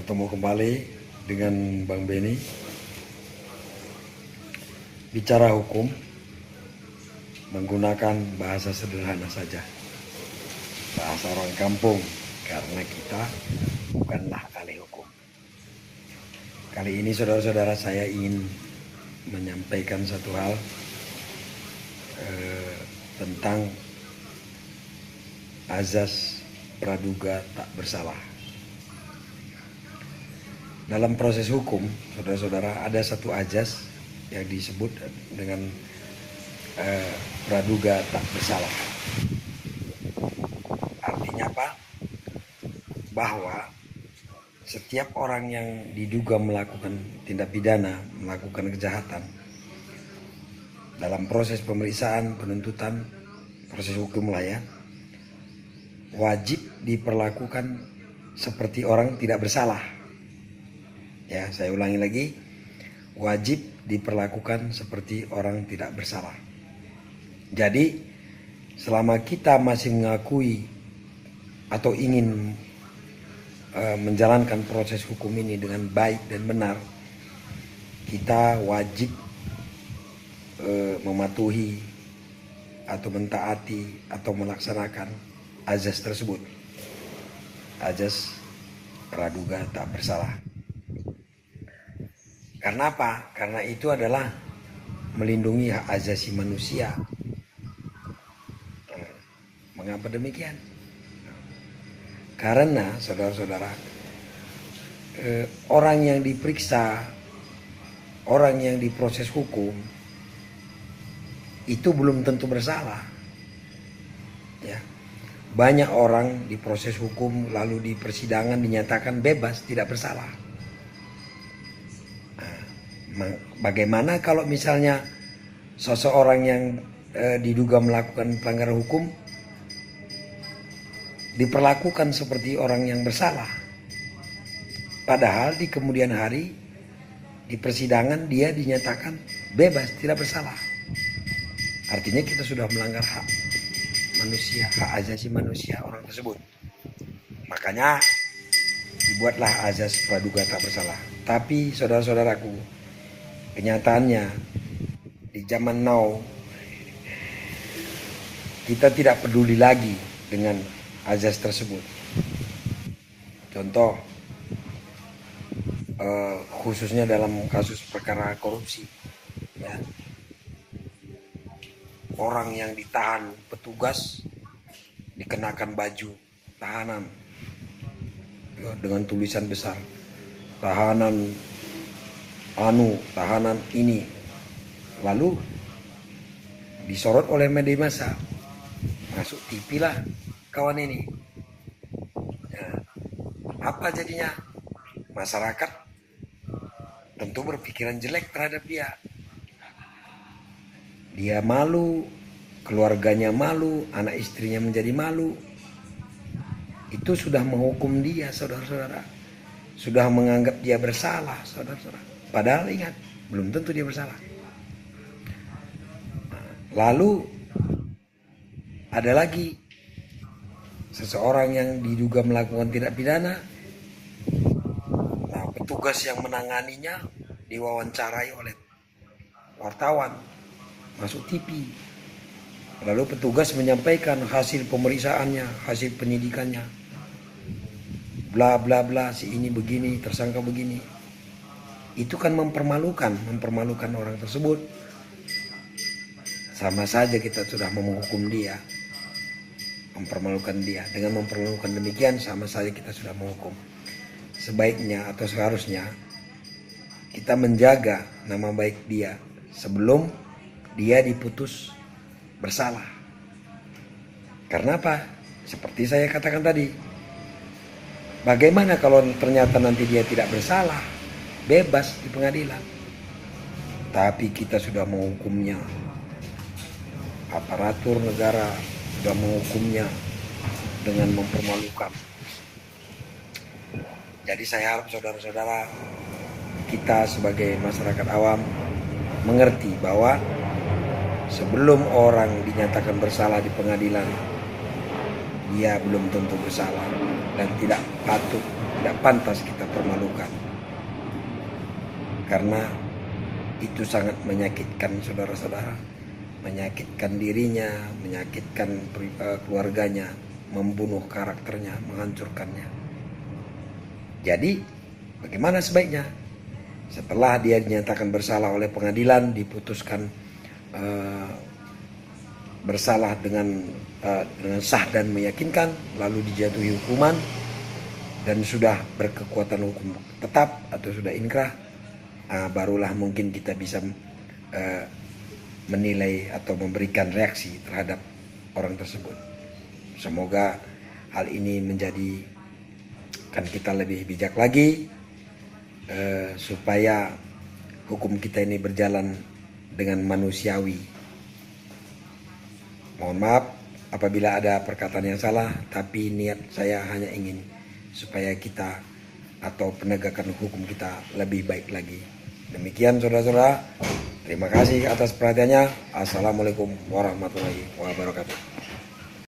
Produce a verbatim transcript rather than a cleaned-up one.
bertemu kembali dengan Bang Beni. Bicara hukum menggunakan bahasa sederhana saja, bahasa orang kampung, karena kita bukanlah ahli hukum. Kali ini saudara-saudara, saya ingin menyampaikan satu hal eh, tentang azas praduga tak bersalah. Dalam proses hukum, saudara-saudara, ada satu azas yang disebut dengan eh, praduga tak bersalah. Artinya apa? Bahwa setiap orang yang diduga melakukan tindak pidana, melakukan kejahatan, dalam proses pemeriksaan, penuntutan, proses hukum lah ya, wajib diperlakukan seperti orang tidak bersalah. Ya, saya ulangi lagi, wajib diperlakukan seperti orang tidak bersalah. Jadi, selama kita masih mengakui atau ingin uh, menjalankan proses hukum ini dengan baik dan benar, kita wajib uh, mematuhi atau mentaati atau melaksanakan azas tersebut. Azas praduga tak bersalah. Karena apa? Karena itu adalah melindungi hak asasi manusia. Mengapa demikian? Karena saudara-saudara, eh, orang yang diperiksa, orang yang diproses hukum, itu belum tentu bersalah. Ya. Banyak orang diproses hukum lalu di persidangan dinyatakan bebas, tidak bersalah. Bagaimana kalau misalnya seseorang yang e, diduga melakukan pelanggaran hukum diperlakukan seperti orang yang bersalah, padahal di kemudian hari di persidangan dia dinyatakan bebas, tidak bersalah. Artinya kita sudah melanggar hak manusia, hak asasi manusia orang tersebut. Makanya dibuatlah azas praduga tak bersalah. Tapi saudara-saudaraku, kenyataannya di zaman now kita tidak peduli lagi dengan azas tersebut. Contoh eh, khususnya dalam kasus perkara korupsi, ya. Orang yang ditahan petugas dikenakan baju tahanan ya, dengan tulisan besar, tahanan anu, tahanan ini, lalu disorot oleh media massa, masuk T V lah kawan ini. Ya, apa jadinya? Masyarakat tentu berpikiran jelek terhadap dia. Dia malu, keluarganya malu, anak istrinya menjadi malu. Itu sudah menghukum dia, saudara-saudara. Sudah menganggap dia bersalah, saudara-saudara. Padahal ingat, belum tentu dia bersalah. Lalu ada lagi seseorang yang diduga melakukan tindak pidana. Nah, petugas yang menanganinya diwawancarai oleh wartawan, masuk T V. Lalu petugas menyampaikan hasil pemeriksaannya, hasil penyidikannya. Bla bla bla, si ini begini, tersangka begini. Itu kan mempermalukan, mempermalukan orang tersebut. Sama saja kita sudah menghukum dia, mempermalukan dia. Dengan mempermalukan demikian, sama saja kita sudah menghukum. Sebaiknya atau seharusnya kita menjaga nama baik dia sebelum dia diputus bersalah. Karena apa? Seperti saya katakan tadi, bagaimana kalau ternyata nanti dia tidak bersalah, bebas di pengadilan, tapi kita sudah menghukumnya, aparatur negara sudah menghukumnya dengan mempermalukan. Jadi saya harap saudara-saudara kita sebagai masyarakat awam mengerti bahwa sebelum orang dinyatakan bersalah di pengadilan, dia belum tentu bersalah dan tidak patut, tidak pantas kita permalukan. Karena itu sangat menyakitkan saudara-saudara, menyakitkan dirinya, menyakitkan keluarganya, membunuh karakternya, menghancurkannya. Jadi bagaimana sebaiknya? Setelah dia dinyatakan bersalah oleh pengadilan, diputuskan uh, bersalah dengan, uh, dengan sah dan meyakinkan, lalu dijatuhi hukuman dan sudah berkekuatan hukum tetap atau sudah inkrah, uh, barulah mungkin kita bisa uh, menilai atau memberikan reaksi terhadap orang tersebut. Semoga hal ini menjadikan kita lebih bijak lagi, Uh, supaya hukum kita ini berjalan dengan manusiawi. Mohon maaf apabila ada perkataan yang salah, tapi niat saya hanya ingin supaya kita atau penegakan hukum kita lebih baik lagi. Demikian saudara-saudara, terima kasih atas perhatiannya. Assalamualaikum warahmatullahi wabarakatuh.